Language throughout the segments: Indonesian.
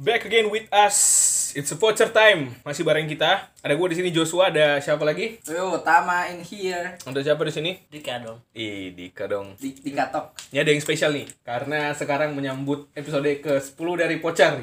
Back again with us. It's a voucher time. Masih bareng kita. Ada gue di sini Joshua, ada siapa lagi? Yo, Tama in here. Ada siapa di sini? Dika dong. Dika dong. Dika Tok. Ini ada yang spesial nih karena sekarang menyambut episode ke-10 dari Voucher.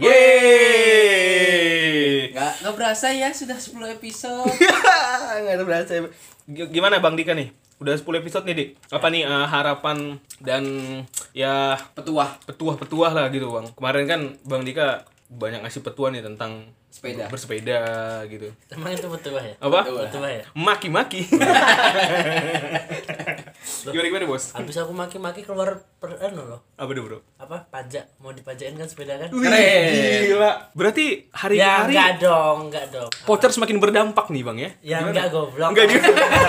Yeay. Nggak berasa ya sudah 10 episode. Enggak ada berasa. Gimana Bang Dika nih? Udah 10 episode nih, Dik. Apa nih harapan dan ya petuah lah gitu, Bang. Kemarin kan Bang Dika banyak ngasih petuah nih tentang bersepeda gitu. Emang itu petuah ya? Apa? Petuah ya? Maki-maki. Gimana bos? Habis aku maki-maki keluar loh. Apa tuh bro? Apa? Pajak. Mau dipajakin kan sepeda kan? Gila. Berarti hari ke Ya hari enggak dong. voucher semakin berdampak nih bang ya? Ya gimana? enggak goblok. Enggak dia.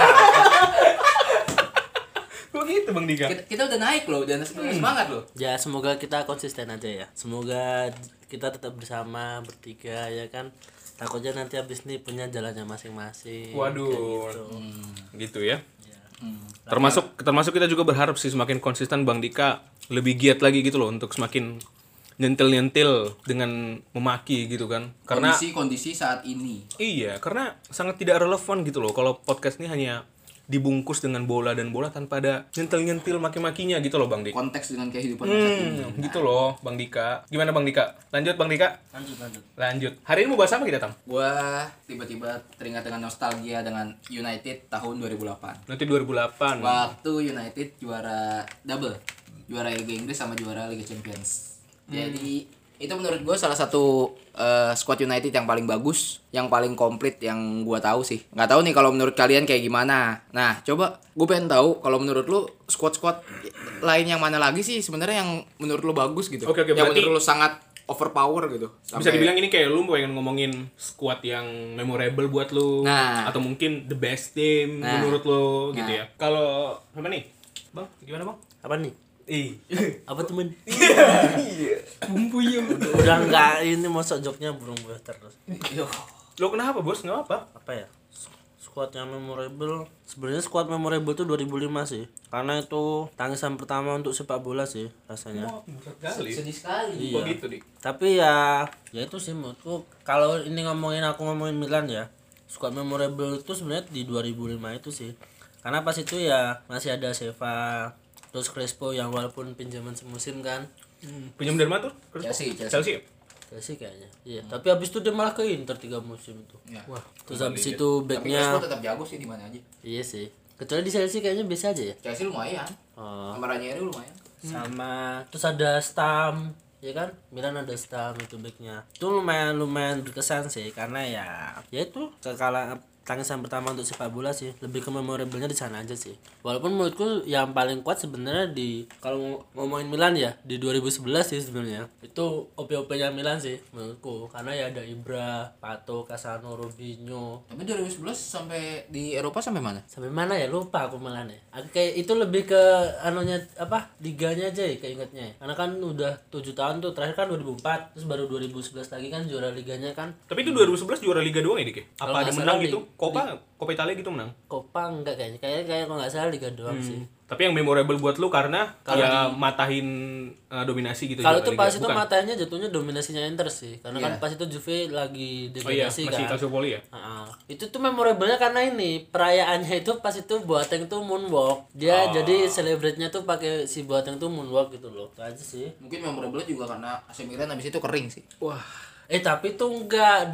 Kok gitu Bang Dika? Kita udah naik loh, udah semangat loh. Ya semoga kita konsisten aja ya. Semoga kita tetap bersama bertiga ya kan. Takutnya nanti habis ini punya jalannya masing-masing. Waduh. Gitu. Gitu ya. Termasuk kita juga berharap sih semakin konsisten Bang Dika lebih giat lagi gitu loh untuk semakin nyentil dengan memaki gitu kan. Karena kondisi saat ini. iya, karena sangat tidak relevan gitu loh kalau podcast ini hanya dibungkus dengan bola tanpa ada nyentil-nyentil maki-makinya gitu loh Bang Dika. Konteks dengan kehidupan masa kini. Gitu loh Bang Dika. Gimana Bang Dika? Lanjut Bang Dika. Lanjut. Hari ini mau bahas apa kita, Tam? Gua tiba-tiba teringat dengan nostalgia dengan United tahun 2008. Nanti 2008. Waktu United juara double. Juara Liga Inggris sama juara Liga Champions. Jadi itu menurut gue salah satu squad United yang paling bagus, yang paling komplit yang gue tahu sih. Nggak tahu nih kalau menurut kalian kayak gimana. Nah, coba gue pengen tahu kalau menurut lu squad lain yang mana lagi sih sebenarnya yang menurut lu bagus gitu. Oke, yang berarti menurut lu sangat overpower gitu. Bisa dibilang ini kayak lu pengen ngomongin squad yang memorable buat lu, Nah. atau mungkin the best team menurut lu gitu ya. Kalau apa nih? Bang, gimana Bang? Apa nih? Apa temen? Bumbu ya. Udah enggak ini masuk joknya burung buah terus. Lo kenapa bos? Nggak apa? Apa ya? Squad yang memorable. Sebenarnya squad memorable itu 2005 sih. Karena itu tangisan pertama untuk sepak bola sih rasanya. sedih sekali. Kok gitu, Dik? Tapi ya itu sih menurutku kalau ini ngomongin Milan ya. Squad memorable itu sebenarnya di 2005 itu sih. Karena pas itu ya masih ada Seva, terus Crespo yang walaupun pinjaman semusim kan. Pinjam dari mana tuh? Chelsea. Chelsea kayaknya. Iya, tapi habis itu dia malah ke Inter 3 musim itu. Ya. Wah, terus habis itu Tapi backnya Crespo tetap jago sih di mana aja. iya sih. Kecuali di Chelsea kayaknya biasa aja ya. Chelsea lumayan. Oh, Sama Ranieri lumayan. sama terus ada Stam ya kan, Milan ada Stam itu backnya. Itu lumayan berkesan sih karena ya itu kekalahan tangisan pertama untuk sepak bola sih, lebih ke memorable-nya di sana aja sih. Walaupun menurutku yang paling kuat sebenarnya di kalau ngomongin Milan ya di 2011 sih sebenarnya. Itu OP-OP-nya Milan sih menurutku karena ya ada Ibra, Pato, Cassano, Robinho. Tapi 2011 sampai di Eropa sampai mana? Sampai mana ya lupa aku Milan ya. Kayak itu lebih ke anunya apa liganya aja ya keingetnya ya. Karena kan udah 7 tahun tuh, terakhir kan 2004 terus baru 2011 lagi kan juara liganya kan. Tapi itu 2011 juara Liga doang ya, Dik? Kalau Apa ada nggak menang salah gitu? Copa Italia gitu menang? Copa enggak kayaknya. Kayak kalau nggak salah liga doang sih. Tapi yang memorable buat lu karena ya matahin dominasi gitu. Kalau juara itu Liga. pas itu Bukan? matanya jatuhnya dominasinya Inter sih. Karena kan Iya. pas itu Juve lagi Oh iya, degradasi masih kan. Calciopoli ya? Itu tuh memorable-nya karena ini perayaannya itu pas itu Boateng tuh moonwalk. Dia jadi celebrate-nya tuh pakai si Boateng tuh moonwalk gitu loh. Itu aja sih. Mungkin memorable juga karena AC Milan habis itu kering sih. Wah. Tapi tuh enggak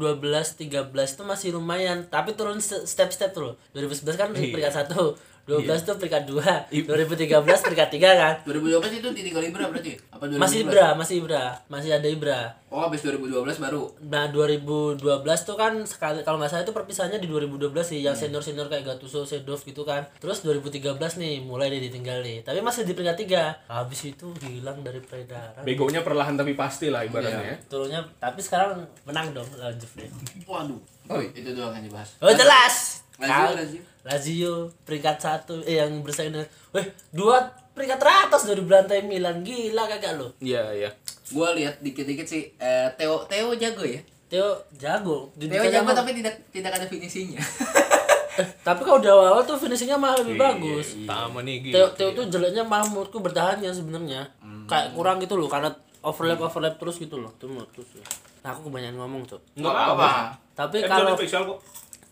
2012-13 tuh masih lumayan. Tapi turun step-step tuh loh. 2011 kan peringkat 1. 12 tuh peringkat 2, 2013 peringkat 3 kan. 2012 itu ditinggal Ibra berarti? Apa 2012? Masih Ibra, masih ada Ibra. Oh, habis 2012 baru. Nah 2012 tuh kan sekali kalau nggak salah itu perpisahannya di 2012 sih yang senior kayak Gattuso, Seedorf gitu kan. Terus 2013 nih mulai dia ditinggal nih. Tapi masih di peringkat 3. Habis itu hilang dari peredaran. Begonya perlahan tapi pasti lah ibaratnya ya. Turunnya tapi sekarang menang dong lawan Juve. Waduh. Oh, itu doang yang dibahas. Oh jelas. Lazio. Lazio peringkat 1 yang bersaing dengan 2 peringkat teratas dari berantai Milan. Gila kagak lo. Iya. Gua lihat dikit-dikit sih Theo jago ya. Theo jago. Theo jago tapi tidak ada finishingnya. Tapi kalau udah awal tuh finishingnya malah lebih bagus. Tama nih gitu. Theo tuh jeleknya malah menurutku bertahannya sebenarnya. Kayak kurang gitu loh karena overlap terus gitu loh. Tuh terus. Nah, aku kebanyakan ngomong, Cuk. Enggak apa-apa. Tapi Episode kalau spesial kok.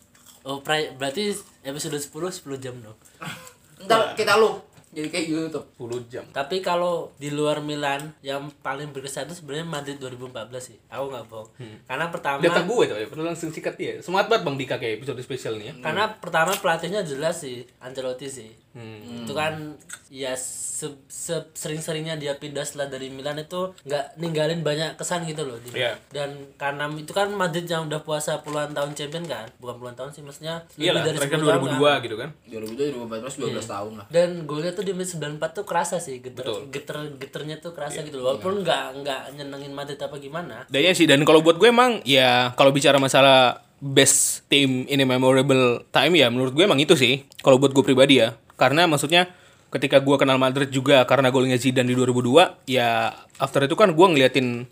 berarti episode 10 jam dong. Ntar kita lu jadi kayak YouTube. 10 jam. Tapi kalau di luar Milan yang paling berkesan itu sebenarnya Madrid 2014 sih. Aku nggak bohong. Karena pertama Data gue tuh ya, perlu langsung sikat dia. Semangat banget Bang Dika kayak episode spesial nih ya. karena pertama pelatihnya jelas sih, Ancelotti sih. Itu kan ya sering-seringnya dia pindah setelah dari Milan itu nggak ninggalin banyak kesan gitu loh di Iya. Dan karena itu kan Madrid yang udah puasa puluhan tahun champion kan, bukan puluhan tahun sih, maksudnya Iyalah, lebih dari terakhir 10 tahun kan. 2002 gitu kan. 2002, 2014, 12 tahun lah. Dan golnya tuh di menit 94 tuh kerasa sih, geternya tuh kerasa gitu loh, walaupun nggak nyenengin Madrid apa gimana. Dan ya sih, dan kalau buat gue emang ya kalau bicara masalah best team in a memorable time ya menurut gue emang itu sih. Kalau buat gue pribadi ya. Karena maksudnya ketika gue kenal Madrid juga karena golnya Zidane di 2002, ya after itu kan gue ngeliatin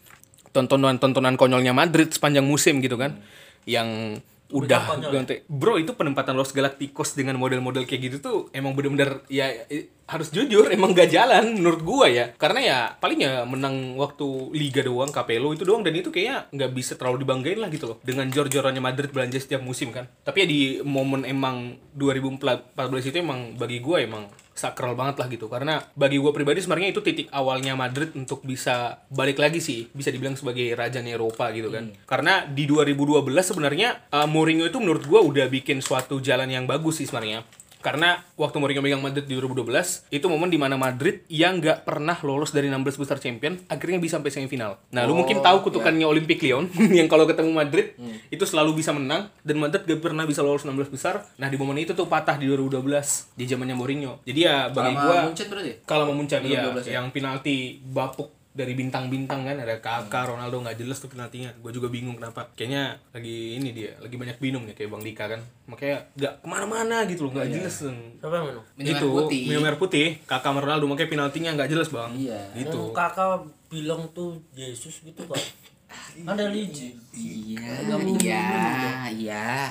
tontonan konyolnya Madrid sepanjang musim gitu kan. Yang udah ganti. Bro, itu penempatan Los Galacticos dengan model-model kayak gitu tuh emang bener-bener ya harus jujur emang gak jalan menurut gua ya. Karena ya paling ya menang waktu Liga doang, Capello itu doang, dan itu kayaknya nggak bisa terlalu dibanggain lah gitu loh. Dengan jor-jorannya Madrid belanja setiap musim kan. Tapi ya di momen emang 2014 itu emang bagi gua emang sakral banget lah gitu. Karena bagi gue pribadi sebenarnya itu titik awalnya Madrid untuk bisa balik lagi sih, bisa dibilang sebagai rajanya Eropa gitu kan. Karena di 2012 sebenarnya Mourinho itu menurut gue udah bikin suatu jalan yang bagus sih sebenarnya. Karena waktu Mourinho megang Madrid di 2012, itu momen dimana Madrid yang nggak pernah lolos dari 16 besar champion, akhirnya bisa sampai semifinal. Nah, lu mungkin tahu kutukannya Olympique Lyon, yang kalau ketemu Madrid, itu selalu bisa menang, dan Madrid gak pernah bisa lolos 16 besar. Nah, di momen itu tuh patah di 2012, di zamannya Mourinho. Jadi ya, bagi gua, Munchen berarti? kalau mau Munchen, iya, 2012 ya? yang penalti bapuk dari bintang-bintang kan, ada Kakak, Ronaldo, nggak jelas tuh penaltinya. Gue juga bingung kenapa. Kayaknya lagi ini dia, lagi banyak minum nih kayak Bang Dika kan. Makanya nggak kemana-mana gitu loh, nggak jelas. Siapa yang minum? Minum air Gitu, putih. minum air putih, Kakak sama Ronaldo, makanya penaltinya nggak jelas Bang. Iya. Gitu. Kakak bilang tuh Yesus gitu kan. Ada Liji. Iya.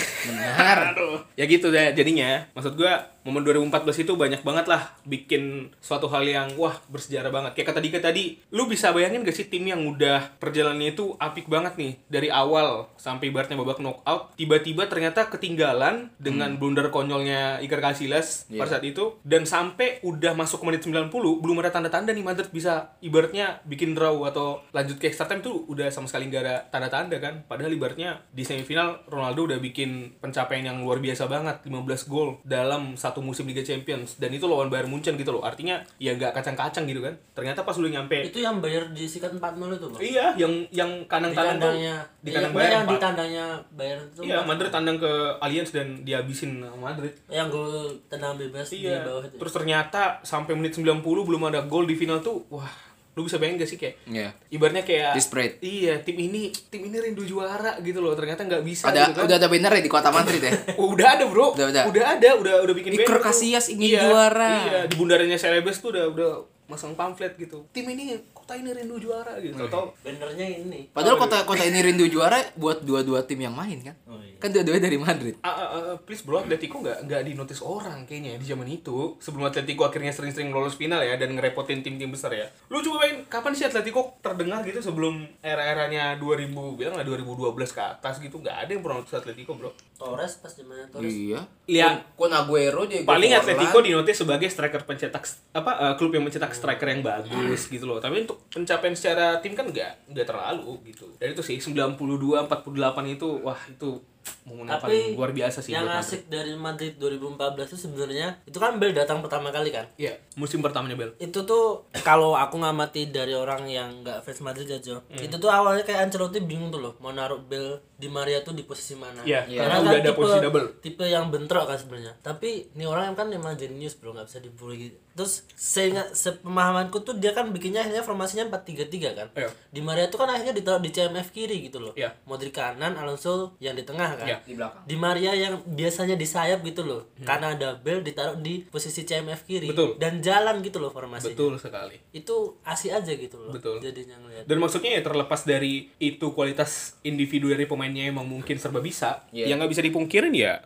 Benar. Aduh. Ya gitu deh jadinya. Maksud gua momen 2014 itu banyak banget lah bikin suatu hal yang wah bersejarah banget. Kayak kata Dika tadi, lu bisa bayangin gak sih tim yang udah perjalanannya itu apik banget nih dari awal sampai ibaratnya babak knockout, tiba-tiba ternyata ketinggalan dengan blunder konyolnya Iker Casillas pada saat itu, dan sampai udah masuk ke menit 90 belum ada tanda-tanda nih Madrid bisa ibaratnya bikin draw atau lanjut ke extra time tuh udah sama sekali gak ada tanda-tanda kan. Padahal ibaratnya di semifinal Ronaldo udah bikin pencapaian yang luar biasa banget, 15 gol dalam satu musim Liga Champions, dan itu lawan Bayern Munchen gitu loh. Artinya ya gak kacang-kacang gitu kan. Ternyata pas udah nyampe Itu yang Bayar disikat 4-0 itu, Bang. iya, yang kandang Di tuh kandangnya. di kandang Iya, Bayern yang di 4. tandangnya Bayar itu. Iya, Madrid tandang ke Allianz dan dihabisin sama Madrid. Yang gol tenang bebas di Iya. bawah itu. Terus ternyata sampai menit 90 belum ada gol di final tuh. Wah, lu bisa bayangin gak sih kayak Iya. ibaratnya kayak Desperate. Iya, tim ini rindu juara gitu loh. Ternyata nggak bisa gitu kan. Udah ada banner ya di kota Madrid ya? Udah ada, Bro. Udah. Udah bikin Iker banner tuh. Casillas ingin Iya, juara. Iya, di bundarannya Celebes tuh udah masang pamflet gitu. Tim ini, kota ini rindu juara gitu. Atau Benernya ini. Padahal kota ini rindu juara buat dua-dua tim yang main kan? Oh, iya. Kan dua-duanya dari Madrid. please bro, Atletico nggak dinotis orang kayaknya di zaman itu. Sebelum Atletico akhirnya sering-sering lolos final ya dan ngerepotin tim-tim besar ya. Lu coba bayangin kapan sih Atletico terdengar gitu sebelum era-eranya 2000, bilang lah 2012 ke atas gitu, nggak ada yang pernah notis Atletico, bro. Torres pas zamannya Torres. Iya. Lihat, Kun Aguero Diego paling Forlan. Atletico dinotis sebagai striker pencetak klub yang mencetak striker yang bagus gitu loh. Tapi untuk pencapaian secara tim kan nggak terlalu gitu. Dan itu sih 92 48 itu wah itu momen yang paling luar biasa sih yang buat asik dari Madrid 2014 itu sebenarnya itu kan Bale datang pertama kali kan. Iya, musim pertamanya Bel. Itu tuh kalau aku ngamati dari orang yang nggak fans Madrid aja, itu tuh awalnya kayak Ancelotti bingung tuh loh mau naruh Bale Di Maria tuh di posisi mana. Iya, Karena karena udah ada tipe, posisi double. tipe yang bentrok kan sebenarnya. Tapi ini orang kan emang jenius bro, nggak bisa dibully gitu. Terus sepemahamanku tuh dia kan bikinnya akhirnya formasinya 4-3-3 kan. Iya. Di Maria tuh kan akhirnya ditaruh di CMF kiri gitu loh. Iya. Modric kanan, Alonso yang di tengah kan. Iya. Di belakang. Di Maria yang biasanya di sayap gitu loh. Karena ada Bale ditaruh di posisi CMF kiri. Betul. Dan jalan gitu loh formasinya. Betul sekali. Itu asik aja gitu loh. Betul. Jadinya ngeliat. Dan maksudnya ya terlepas dari itu kualitas individu dari pemainnya emang mungkin serba bisa, Iya. yang nggak bisa dipungkirin ya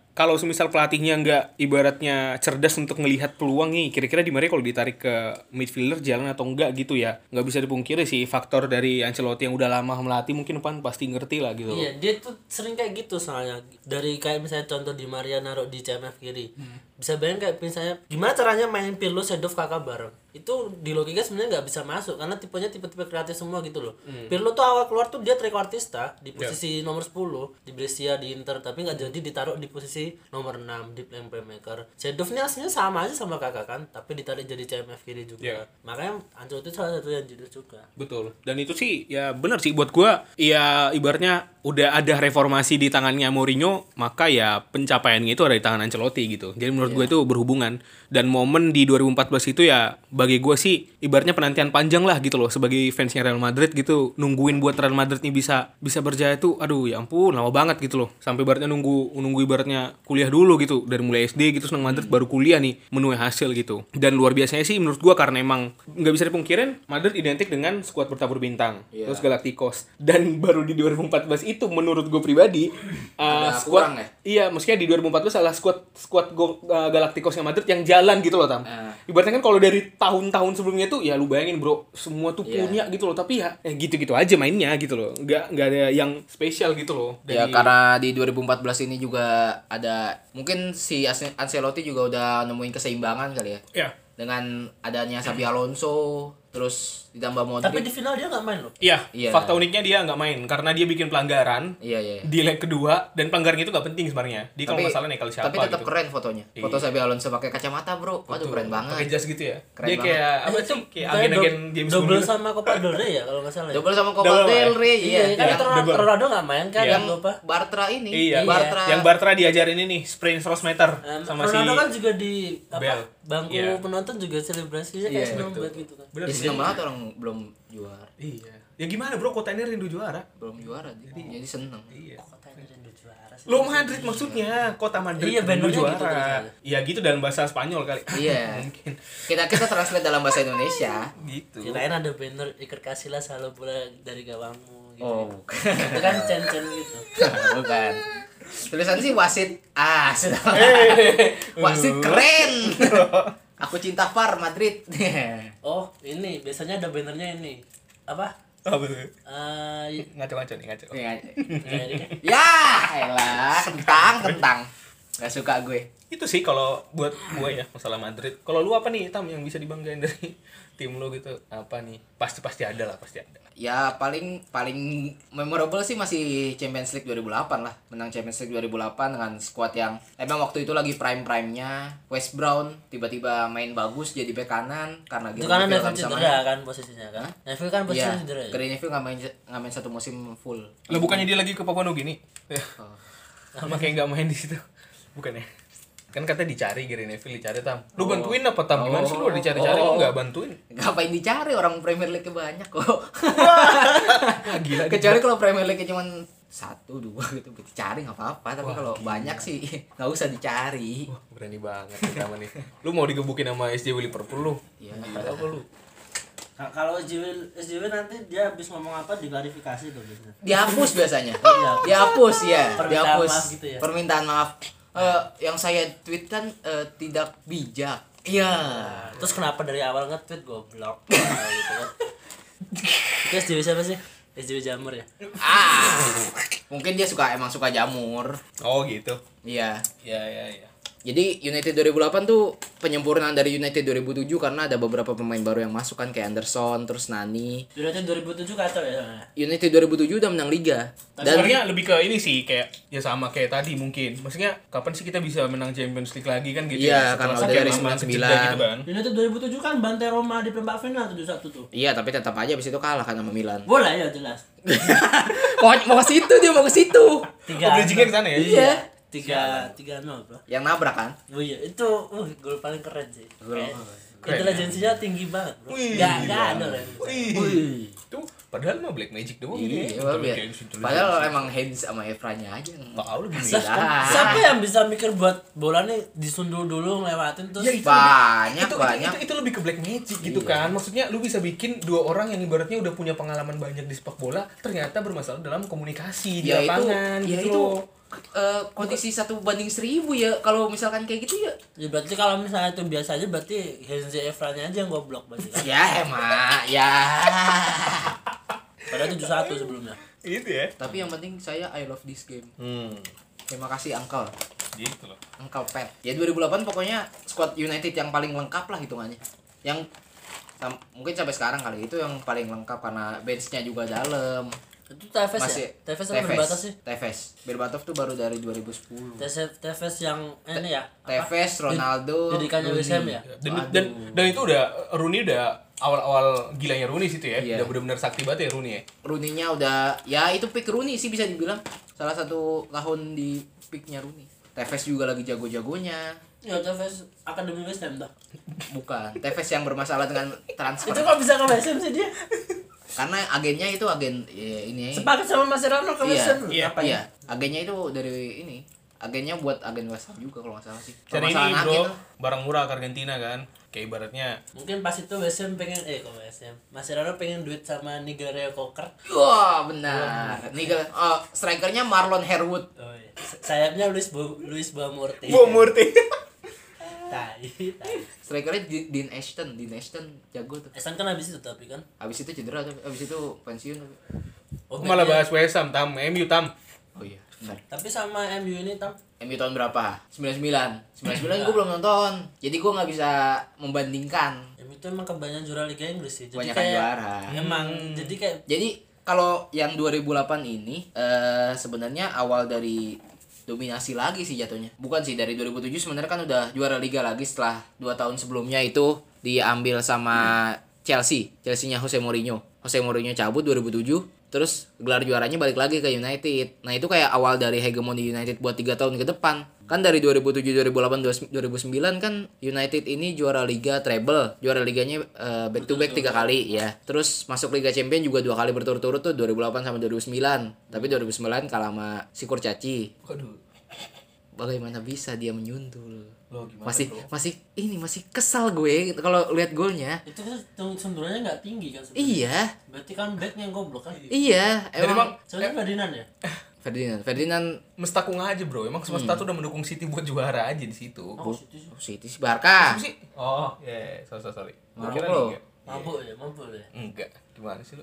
kalau semisal pelatihnya nggak ibaratnya cerdas untuk melihat peluang nih, kira-kira Di Maria kalau ditarik ke midfielder jalan atau enggak gitu ya. Nggak bisa dipungkiri sih faktor dari Ancelotti yang udah lama melatih mungkin Pan pasti ngerti lah gitu. Iya, dia tuh sering kayak gitu soalnya. Dari kayak misalnya contoh Di Maria naruh di CMF kiri. Bisa bayangin kayak misalnya gimana caranya main Pirlo, Seedorf, Kakak bareng. Itu di logika sebenarnya nggak bisa masuk karena tipenya tipe-tipe kreatif semua gitu loh. Pirlo tuh awal keluar tuh dia trequartista di posisi nomor 10 di Brescia di Inter, tapi nggak jadi ditaruh di posisi nomor 6 di playmaker. Seedorf ini aslinya sama aja sama Kakak kan, tapi ditarik jadi CMF kiri juga. Makanya Ancelotti salah satu yang judul juga. Betul. Dan itu sih ya benar sih buat gua, ya ibaratnya udah ada reformasi di tangannya Mourinho, maka ya pencapaiannya itu ada di tangan Ancelotti gitu. Jadi menurut gue itu berhubungan. Dan momen di 2014 itu ya bagi gue sih ibaratnya penantian panjang lah gitu loh sebagai fansnya Real Madrid gitu. Nungguin buat Real Madrid nih bisa berjaya tuh aduh ya ampun lama banget gitu loh. Sampai ibaratnya nunggu ibaratnya kuliah dulu gitu. Dari mulai SD gitu seneng Madrid baru kuliah nih menuai hasil gitu. Dan luar biasanya sih menurut gue karena emang nggak bisa dipungkirin Madrid identik dengan skuad bertabur bintang. Terus Galacticos. Dan baru di 2014 itu menurut gue pribadi kurang ya? Iya, maksudnya di 2014 adalah skuad Galacticosnya Madrid yang jalan gitu loh, Tam. Ibaratnya kan kalau dari tahun-tahun sebelumnya tuh ya lu bayangin, Bro, semua tuh punya gitu loh, tapi ya gitu-gitu aja mainnya gitu loh. Enggak ada yang spesial gitu loh. Ya karena di 2014 ini juga ada mungkin si Ancelotti juga udah nemuin keseimbangan kali ya. Iya. Dengan adanya Xabi Alonso, terus ditambah Modric. Tapi di final dia nggak main loh. Iya, Iya. fakta uniknya dia nggak main karena dia bikin pelanggaran Iya. di leg kedua dan pelanggarannya itu nggak penting sebenarnya. Dia kalau nggak salah nekel siapa tapi tetap gitu. keren fotonya. Foto Xabi Alonso pakai kacamata, Bro. Waduh, keren banget. Pakai jas gitu ya. Keren Dia banget. kayak apa sih? Kayak agen-agen James Bond. Double gitu. sama Copa del Rey ya kalau nggak salah. Double sama Copa Double del Rey, Iya, kan Yang itu Ronaldo nggak main kan Iya. yang lupa. Bartra ini. Iya, Bartra. yang Bartra diajarin ini sprint 100 meter sama Ronaldo si kan juga di Bell. bangku Iya. penonton juga selebrasinya kayak seneng banget gitu kan. Bener Ya, sih. seneng banget orang belum juara. Iya. Ya gimana, Bro? Kota ini rindu juara. Belum juara jadi seneng. Iya. Kota ini rindu juara sih. Lo Madrid maksudnya, kota Madrid Iya, rindu bannernya gitu juara. tulisannya. Iya gitu dalam bahasa Spanyol kali. Iya. Mungkin. Kita translate dalam bahasa Indonesia. Gitu. Kirain ada banner iker kasihlah salam bola dari gawangmu gitu. Oh, bukan. Itu kan cen-cen gitu. Bukan. Tulisan sih wasit. Sudah. Wasit keren. Aku cinta VAR Madrid. Oh, ini biasanya ada bannernya ini. Apa? Apa tuh? Ngaco-ngaco nih, ngaco. Ya, elah, kentang. Gak suka gue. Itu sih kalau buat gue ya masalah Madrid. Kalau lu apa nih, Tam, yang bisa dibanggain dari tim lu gitu? Apa nih? Pasti ada lah, pasti ada. Ya paling memorable sih masih Champions League 2008 lah. Menang Champions League 2008 dengan skuad yang emang waktu itu lagi prime-nya. West Brown tiba-tiba main bagus jadi bek kanan karena Itu karena Neville cedera kan posisinya kan. Neville kan posisinya Iya, cedera. Ya? Gary Neville nggak main satu musim full. Lah bukannya dia lagi ke Papua Nugini? Oh. Sama kayak nggak main di situ. Bukan ya? Kan katanya dicari Gary Neville, dicari, Tam. Lu bantuin apa, Tam? Gimana sih lu dicari-cari lu nggak bantuin? Ngapain dicari, orang Premier League banyak kok. Gila. Kecuali kalau Premier League cuma 1, 2 gitu dicari nggak apa-apa, tapi kalau banyak sih nggak usah dicari. Wah, berani banget pertama nih. Lu mau digebukin sama SJW Liverpool lu? Iya. Gila apa lu? Kalau SJW nanti dia habis ngomong apa diklarifikasi tuh biasanya. Dihapus biasanya. Iya. Dihapus ya, Permintaan dihapus. maaf gitu ya. Permintaan maaf. Yang saya tweetkan tidak bijak. Iya. Terus kenapa dari awal nge-tweet goblok gitu kan. Itu SJW siapa sih? SJW Jamur ya? Mungkin dia emang suka jamur. Oh gitu. Iya. Iya. Jadi United 2008 tuh penyempurnaan dari United 2007 karena ada beberapa pemain baru yang masuk kan kayak Anderson, terus Nani. United 2007 kacau ya soalnya. United 2007 udah menang Liga. Dan Sebenarnya lebih ke ini sih kayak ya sama kayak tadi mungkin. Maksudnya kapan sih kita bisa menang Champions League lagi kan gitu Iya, ya? karena Setelah udah dari sekian lama 99. kejeda gitu kan. United 2007 kan bantai Roma di perempat final 7-1 tuh. iya, tapi tetap aja abis itu kalah kan sama Milan. Bola ya jelas. mau ke situ dia mau ke situ. Oh, bridging-nya ke sana ya? Iya. 3-0 bro. Yang nabrak kan? Oh iya, itu gol paling keren sih. Keren. Intelijensinya tinggi banget, bro. Wih, Gak gila. ada lah. Wih. Itu padahal mah Black Magic doang Iya, gitu ya. padahal emang Heinz sama Evranya aja. Enggak tahu lebih Sa- beda. Siapa yang bisa mikir buat bola nih disundul dulu ngelewatin terus Ya, itu Banyak. itu lebih ke Black Magic gitu kan. Maksudnya lu bisa bikin dua orang yang ibaratnya udah punya pengalaman banyak di sepak bola ternyata bermasalah dalam komunikasi di Ya itu, lapangan ya gitu itu loh. kondisi 1/1000 ya kalau misalkan kayak gitu ya. Ya berarti kalau misalnya itu biasa aja berarti Henze Evra-nya aja yang goblok berarti kan. Ya emak ya. Padahal 7-1 sebelumnya. Itu ya. Tapi yang penting saya I love this game. Hmm. Terima kasih Uncle. Gitu loh. Uncle Pat. Ya 2008 pokoknya squad United yang paling lengkap lah hitungannya. Yang mungkin sampai sekarang kali itu yang paling lengkap karena benchnya juga dalam. Itu Tevez ya? Tevez atau Berbatov sih? Tevez. Berbatov tuh baru dari 2010. Tevez yang ini ya? Tevez, Ronaldo, Didikannya Rooney. West Ham ya? Dan itu udah Rooney udah awal-awal gilanya Rooney situ ya. Iya. Udah benar-benar sakti banget ya Rooney ya. Rooney-nya udah ya itu pick Rooney sih bisa dibilang salah satu tahun di picknya Rooney. Tevez juga lagi jago-jagonya. Ya Tevez akademi West Ham dah. Bukan, Tevez yang bermasalah dengan transfer. Itu kok bisa ke West Ham sih dia? Karena agennya itu agen ya, ini. Sepakat sama Mascherano ke West Ham. Iya. Apa ya? Iya, agennya itu dari ini. Agennya buat agen West Ham juga kalau nggak salah sih. Cari ini Permasalahan bro, agen. barang murah ke Argentina kan. Kayak ibaratnya Mungkin pas itu West Ham pengen kok West Ham. Mascherano pengen duit sama Nigeria Cocker. Wah, benar. Nih strikernya Marlon Harewood. Oh, iya. Sayapnya Luis Boamorte. Murti. Tai. Strikernya Dean Ashton jago tuh. Esan kan habis itu tapi kan. Habis itu cedera tapi habis itu pensiun. Oh, Malah backnya- bahas West Ham, MU Oh iya, benar. Tapi sama MU ini tam MU tahun berapa? 99. 99 gue belum nonton. Jadi gue nggak bisa membandingkan. MU itu emang kebanyakan juara Liga Inggris sih. Jadi Kebanyakan kayak juara. Emang jadi kayak Jadi kalau yang 2008 ini sebenarnya awal dari dominasi lagi sih jatuhnya. Bukan sih, dari 2007 sebenarnya kan udah juara liga lagi setelah 2 tahun sebelumnya itu diambil sama Chelsea. Chelsea-nya Jose Mourinho. Jose Mourinho cabut 2007, terus gelar juaranya balik lagi ke United. Nah, itu kayak awal dari hegemoni United buat 3 tahun ke depan. Kan dari 2007, 2008, 2009 kan United ini juara liga treble. Juara liganya back to back 3 kali ya. Terus masuk Liga Champions juga 2 kali berturut-turut tuh 2008 sama 2009. Tapi 2009 kalah sama si Kurcaci. Waduh. Bagaimana bisa dia menyundul? Lo gimana, Masih kesal gue kalau lihat golnya. itu sebenarnya nggak tinggi kan sebenarnya. Iya. Berarti kan backnya yang goblok kan. Iya, emang Sebenarnya Ferdinand ya. Ferdinand Mestakung aja bro, emang semesta tuh udah mendukung City buat juara aja di situ. Oh, City sih. City sih Barca. Apa sih? Oh, ya, sorry. Gua Mabuk kira lo. Liga. Mabuk ya. Enggak, gimana sih lo?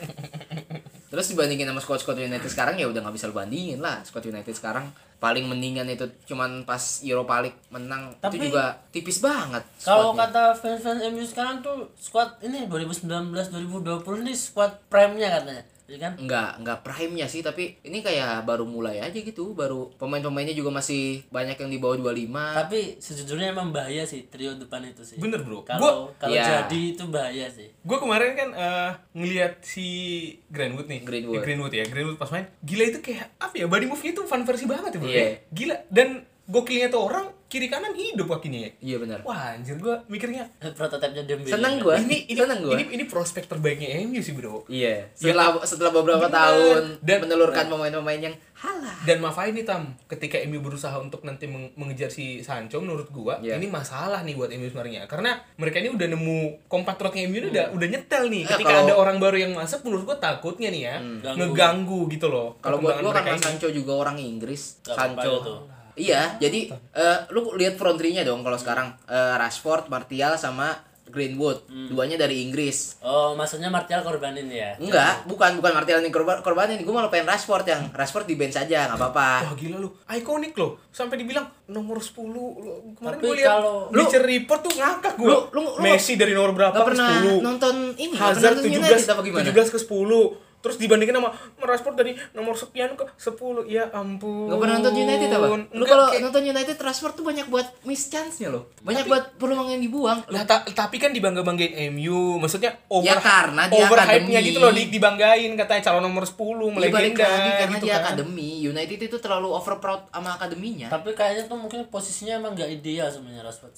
Terus dibandingin sama squad United sekarang ya udah nggak bisa lo bandingin lah. Squad United sekarang paling mendingan itu cuman pas Europa League menang. Tapi- itu juga tipis banget Kalau squadnya. kata fans-fans MU sekarang tuh squad ini 2019 2020 ini squad prime-nya katanya. Jadi kan Enggak prime-nya sih, tapi ini kayak baru mulai aja gitu. Baru pemain-pemainnya juga masih banyak yang di bawah 25. tapi sejujurnya emang bahaya sih trio depan itu sih. Bener, bro. Kalau Iya. jadi itu bahaya sih. Gue kemarin kan ngelihat si Greenwood nih. Greenwood. Greenwood pas main. Gila itu kayak apa ya? Body move-nya itu fun versi banget ya, bro. Iya. Gila. Dan gokilnya tuh orang kiri kanan hidup wakilnya ya. Iya benar. Wah, anjir gue mikirnya Prototipenya Dembele. Seneng gua. seneng gua. ini prospek terbaiknya MU sih, bro. Iya. Setelah beberapa Bener. tahun Dan- menelurkan pemain-pemain yang halah. Dan Mafai nih Tam, ketika MU berusaha untuk nanti mengejar si Sancho, menurut gua Iya. ini masalah nih buat MU sebenarnya. Karena mereka ini udah nemu kompatriotnya MU ini udah nyetel nih. Ya, Ketika kalau- ada orang baru yang masuk, menurut gua takutnya nih ya ngeganggu gitu loh. Kalau buat gua perkembangan karena mereka ini. Sancho juga orang Inggris. Gak apa-apa Sancho. itu. Iya, jadi lu lihat front three-nya dong kalau sekarang Rashford, Martial sama Greenwood. Duanya dari Inggris. Oh, maksudnya Martial korbanin ya? Enggak, bukan Martial yang korbanin. Gue malah pengen Rashford yang Rashford di bench aja, enggak apa-apa. Wah gila lu, ikonik loh. Sampai dibilang nomor 10. Kemarin Tapi gue lihat kalau- Bleacher Report tuh ngakak gua. Lu- Messi dari nomor berapa Gak ke pernah 10. nonton ini, gak pernah Hazard nonton 17 United apa gimana? 17 ke 10. Terus dibandingin sama Rashford dari nomor sekian ke 10. Ya ampun. Gak pernah nonton United apa? Lu Enggak, kalau kayak- nonton United Rashford tuh banyak buat miss chance-nya loh. Banyak buat peluang yang dibuang. Lah tapi kan dibangga-banggain MU, maksudnya Ya, karena dia overhype-nya akademi. gitu loh dibanggain katanya calon nomor 10 Ya balik melegenda lagi karena gitu dia kan. akademi. United itu terlalu over proud sama akademinya. Tapi kayaknya tuh mungkin posisinya emang gak ideal sebenarnya Rashford sih.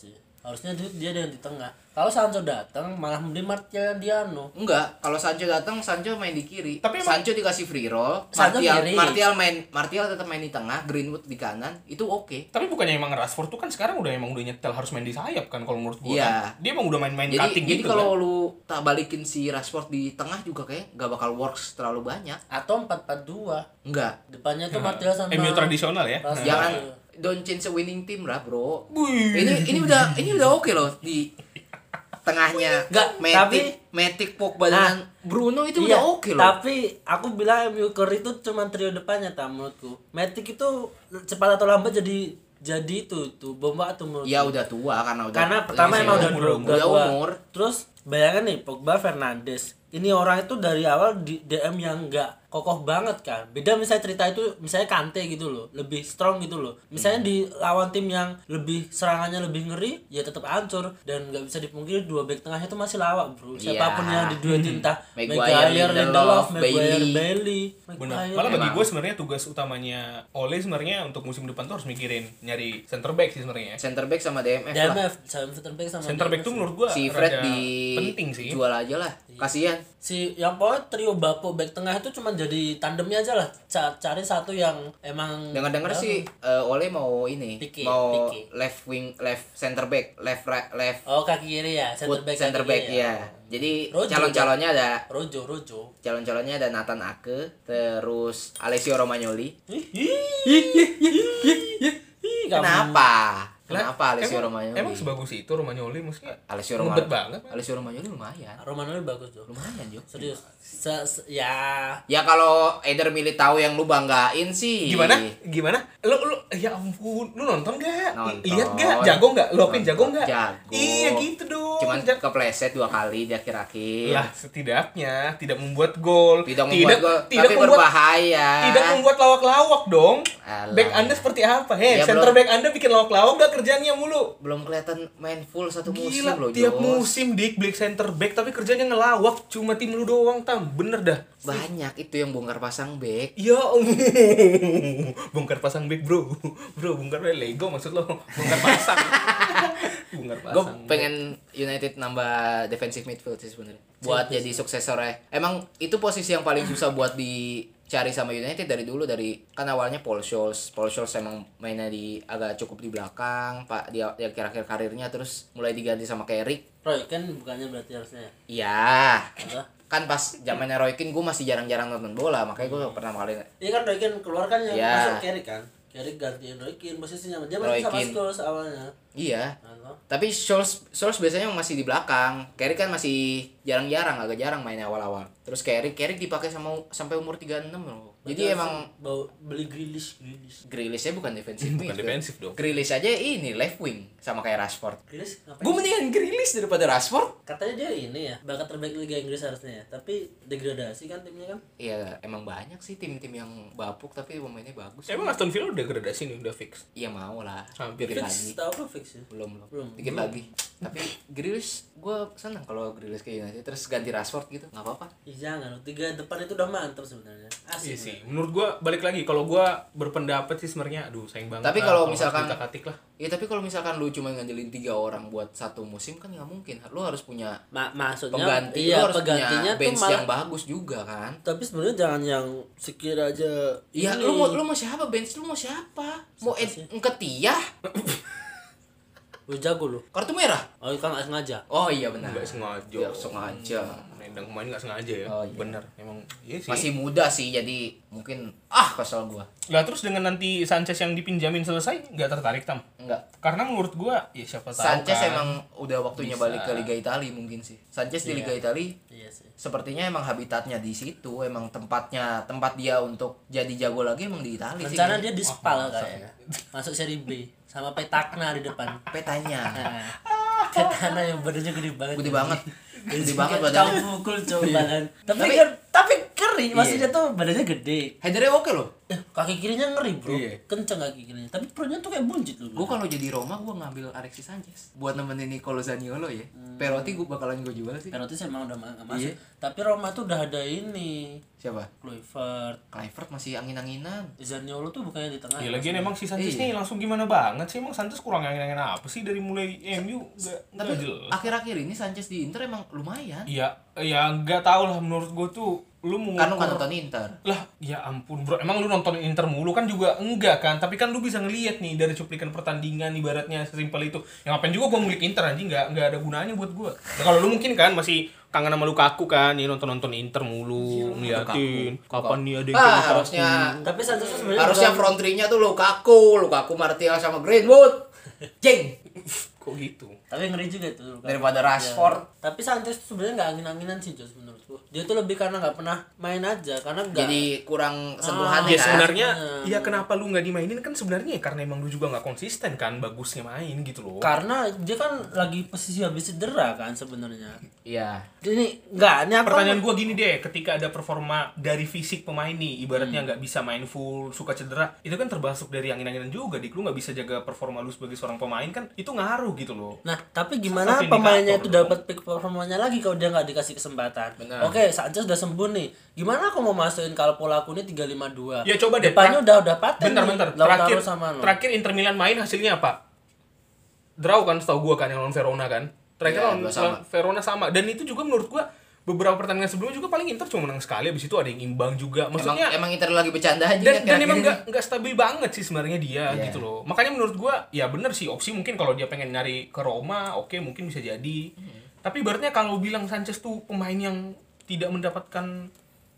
Harusnya dia yang di tengah. Kalau Sancho datang malah mending Martial Diano. Enggak, kalau Sancho datang, Sancho main di kiri. Tapi emang- Sancho dikasih free roll, Sancho kiri. Martial tetap main di tengah, Greenwood di kanan, itu oke. Tapi bukannya emang Rashford tuh kan sekarang udah nyetel harus main di sayap kan kalau menurut gua. Iya. Kan. Dia emang udah main-main Jadi cutting jadi gitu kalau kan. lu tak balikin si Rashford di tengah juga kayak nggak bakal works terlalu banyak. Atau 4-4-2. Enggak. Depannya tuh Martial sama MU tradisional ya. Rashford. Jangan don't change a winning team lah, Bro. Wih. Ini udah oke loh di tengahnya. Nggak, Matic Pogba dengan Bruno itu Iya, udah oke loh. tapi aku bilang MU core itu cuma trio depannya menurutku. Matic itu cepat atau lambat jadi itu bomba atau menurut. Ya udah tua Karena pertama emang udah udah tua. umur. Terus bayangkan nih Pogba, Fernandes. Ini orang itu dari awal di DM yang enggak kokoh banget kan. Beda misalnya cerita itu misalnya Kante gitu loh, lebih strong gitu loh. Misalnya di lawan tim yang lebih serangannya lebih ngeri, ya tetap hancur dan nggak bisa dipungkiri dua back tengahnya itu masih lawak, Bro. Siapapun yang di dua tinta, Maguire, Lindelof, Bailey. Bailey. Benar. Malah bagi gue sebenarnya tugas utamanya Ole sebenarnya untuk musim depan tuh harus mikirin nyari center back sih sebenarnya. Center back sama DMF lah. DMF, center back sama Center back DMF. tuh menurut gua Si Fred rada di penting sih. jual aja lah. Kasihan. Si yang pokoknya trio Bapo back tengah itu cuma jadi tandemnya aja lah. Cari satu yang emang Dengar-dengar sih Ole mau ini, Pique. left center back, left Oh, kaki kiri ya, center back. center kaki back kiri ya. Jadi Rojo, calon-calonnya ada Rojo. ada Nathan Ake, terus Alessio Romagnoli. Kenapa? Kenapa Alessio Romagnoli? Emang sebagus itu Romagnoli maksudnya? Alessio ngebet Romagnoli banget. Alessio Romagnoli lumayan. Romagnoli bagus tuh. Lumayan, Jo. Serius. Ya Ya kalau Eder Militao yang lu banggain sih. Gimana? Lu ya ampun, lu nonton gak? Nonton. Lihat gak? Jago gak? Lu akuin jago gak? Jago. Iya gitu dong. Cuman kepleset 2 kali di akhir-akhir. lah setidaknya tidak membuat gol. Tidak membuat gol, tidak tapi membuat berbahaya. Tidak membuat lawak-lawak dong. Alah. Back Anda seperti apa? Ya, Center belum. back Anda bikin lawak-lawak gak kerjanya mulu? Belum kelihatan main full satu musim Gila, loh, tiap Jos. musim Dik Black center back tapi kerjanya ngelawak cuma tim lu doang Tam. Bener dah. Banyak itu yang bongkar pasang back. Ya, bongkar pasang back bro, bongkar Lego maksud lo, bongkar pasang, bongkar Gue pasang. pengen United nambah defensive midfield sih sebenarnya. Buat jadi suksesornya. Emang itu posisi yang paling susah buat dicari sama United dari dulu, dari kan awalnya Paul Scholes emang mainnya agak cukup di belakang, Pak di akhir-akhir karirnya, terus mulai diganti sama Carrick. Roy kan bukannya berarti harusnya. Iya. Apa? Kan pas zamannya Roy Keane gue masih jarang-jarang nonton bola, makanya gue pertama kali. Iya kan Roy Keane keluar kan yang Iya. masuk Carrick kan. Carrick gantiin Roy Keane posisinya. Dia Roy masih sama Keane. Scholes awalnya. Iya. Apa? Tapi Scholes biasanya masih di belakang. Carrick kan masih agak jarang mainnya awal-awal. Terus Carrick dipakai sampai umur 36 loh. Jadi emang beli Grealish. Grealishnya bukan defensif Bukan defensif dong. Grealish aja ini left wing sama kayak Rashford. Grealish ngapain? Gue mendingan Grealish daripada Rashford. Katanya dia ini ya, bakat terbaik Liga Inggris harusnya ya. Tapi degradasi kan timnya kan. Iya, emang banyak sih tim-tim yang bapuk tapi pemainnya bagus. Emang Aston Villa udah gradasi nih, udah fix. Iya mau lah. Hampir. Dikit lagi. Fix, tahu apa fix ya? Belum. Belum. Dikit lagi. Tapi Grealish gue senang kalau Grealish kayak United terus ganti Rashford gitu. Enggak apa-apa. Ih, jangan, 3 depan itu udah mantap sebenarnya. Asik. Iya sih. Menurut gua balik lagi kalau gua berpendapat sih sebenarnya aduh sayang banget. Tapi lah kalau harus misalkan- utak-atik lah. Ya tapi kalau misalkan lu cuma ngandelin 3 orang buat satu musim kan nggak mungkin. Lu harus punya Maksudnya pengganti, iya, lu harus penggantinya punya tuh bench malah yang bagus juga kan. tapi sebenarnya jangan yang sekiranya Iya, ini. lu mau siapa? Bench lu mau siapa? Mau Nketiah? Lu jago lu. Kartu merah? Oh, kan nggak sengaja. Oh iya benar. Enggak sengaja. Ya, sengaja. Nendang kemarin enggak sengaja ya. Oh, iya. Bener. Emang iya sih. Masih muda sih jadi mungkin kesel gua. Lah terus dengan nanti Sanchez yang dipinjamin selesai nggak tertarik Tam? Enggak. Karena menurut gua ya siapa tahu Sanchez kan. emang udah waktunya Bisa. balik ke Liga Italia mungkin sih. Sanchez di Liga Italia Iya sih. sepertinya emang habitatnya di situ, emang tempat dia untuk jadi jago lagi emang di Italia sih. Rencana dia di Spal kayaknya. Masuk seri B sama Petakna di depan. Petanya. Nah, Petana yang badannya gede banget. Gede banget. Gede banget Kau badannya. pukul coba kan. Tapi kan ngeri, maksudnya tuh badannya gede. Headernya oke loh. Kaki kirinya ngeri bro, Iya. kenceng kaki kirinya. Tapi perutnya tuh kayak buncit loh. Gue kalau jadi Roma gue ngambil Alexis Sanchez buat nemenin Nicolo Zaniolo ya. Perotti gue bakalan gue jual sih. Perotti sih emang udah masuk. Iya. Tapi Roma tuh udah ada ini, Siapa? Kluivert. Kluivert masih angin-anginan. Zaniolo tuh bukannya di tengah. Ya lagian emang si Sanchez nih langsung gimana banget sih, emang Sanchez kurang angin-angin apa sih dari mulai MU nggak Tapi jelas. akhir-akhir ini Sanchez di Inter emang lumayan. Ya nggak tahu lah, menurut gue tuh lu mau Kan lu kan nonton Inter. lah, ya ampun bro, emang lu nonton Inter mulu kan juga enggak kan, tapi kan lu bisa ngelihat nih dari cuplikan pertandingan, ibaratnya sesimpel itu. Yang ngapain juga gua ngulik Inter anjing, nggak ada gunanya buat gua. Nah, kalau lu mungkin kan masih kangen sama Lukaku kan, nih nonton Inter mulu, ngeliatin kapan nih ada yang kayak Lukaku. Harusnya Tapi Sanchez tuh sebenarnya harusnya bukan- front three-nya tuh Lukaku, Martial sama Greenwood. Jeng. Kok gitu? Tapi ngeri juga tuh. Daripada Rashford. Ya. Tapi Sanchez tuh sebenarnya nggak angin-anginan sih Jos menurutku. Dia tuh lebih karena nggak pernah main aja, karena nggak. Jadi kurang sentuhan Ya kan. sebenarnya, ya kenapa lu nggak dimainin kan sebenarnya ya karena emang lu juga nggak konsisten kan bagusnya main gitu loh. Karena dia kan lagi posisi habis cedera kan sebenarnya. Iya. Ini nggak, ini apa? Pertanyaan gua gini deh, ketika ada performa dari fisik pemain nih, ibaratnya nggak bisa main full, suka cedera, itu kan termasuk dari angin-anginan juga, dik. Lu nggak bisa jaga performa lu sebagai seorang pemain kan, itu ngaruh gitu loh. Nah, tapi gimana Tapi pemainnya indikator itu dong. dapat peak performanya lagi kalau dia nggak dikasih kesempatan? Benar. Oke, Sanchez udah sembuh nih. Gimana aku mau masukin kalau Polaku ini 352? Ya coba deh. Depannya udah paten. Bentar. nih, Lautaro Terakhir sama no. terakhir Inter Milan main hasilnya apa? Draw kan, setahu gua kan yang lawan Verona kan. Terakhir Iya, lawan 2-2. Verona sama. Dan itu juga menurut gua beberapa pertandingan sebelumnya juga paling Inter cuma menang sekali, habis itu ada yang imbang juga. Maksudnya Emang Inter lagi bercanda aja dan ya, emang akhir-akhir nggak stabil banget sih sebenarnya dia Iya. gitu loh. Makanya menurut gua ya bener sih, opsi mungkin kalau dia pengen nyari ke Roma, oke mungkin bisa jadi. Tapi ibaratnya kalau bilang Sanchez tuh pemain yang tidak mendapatkan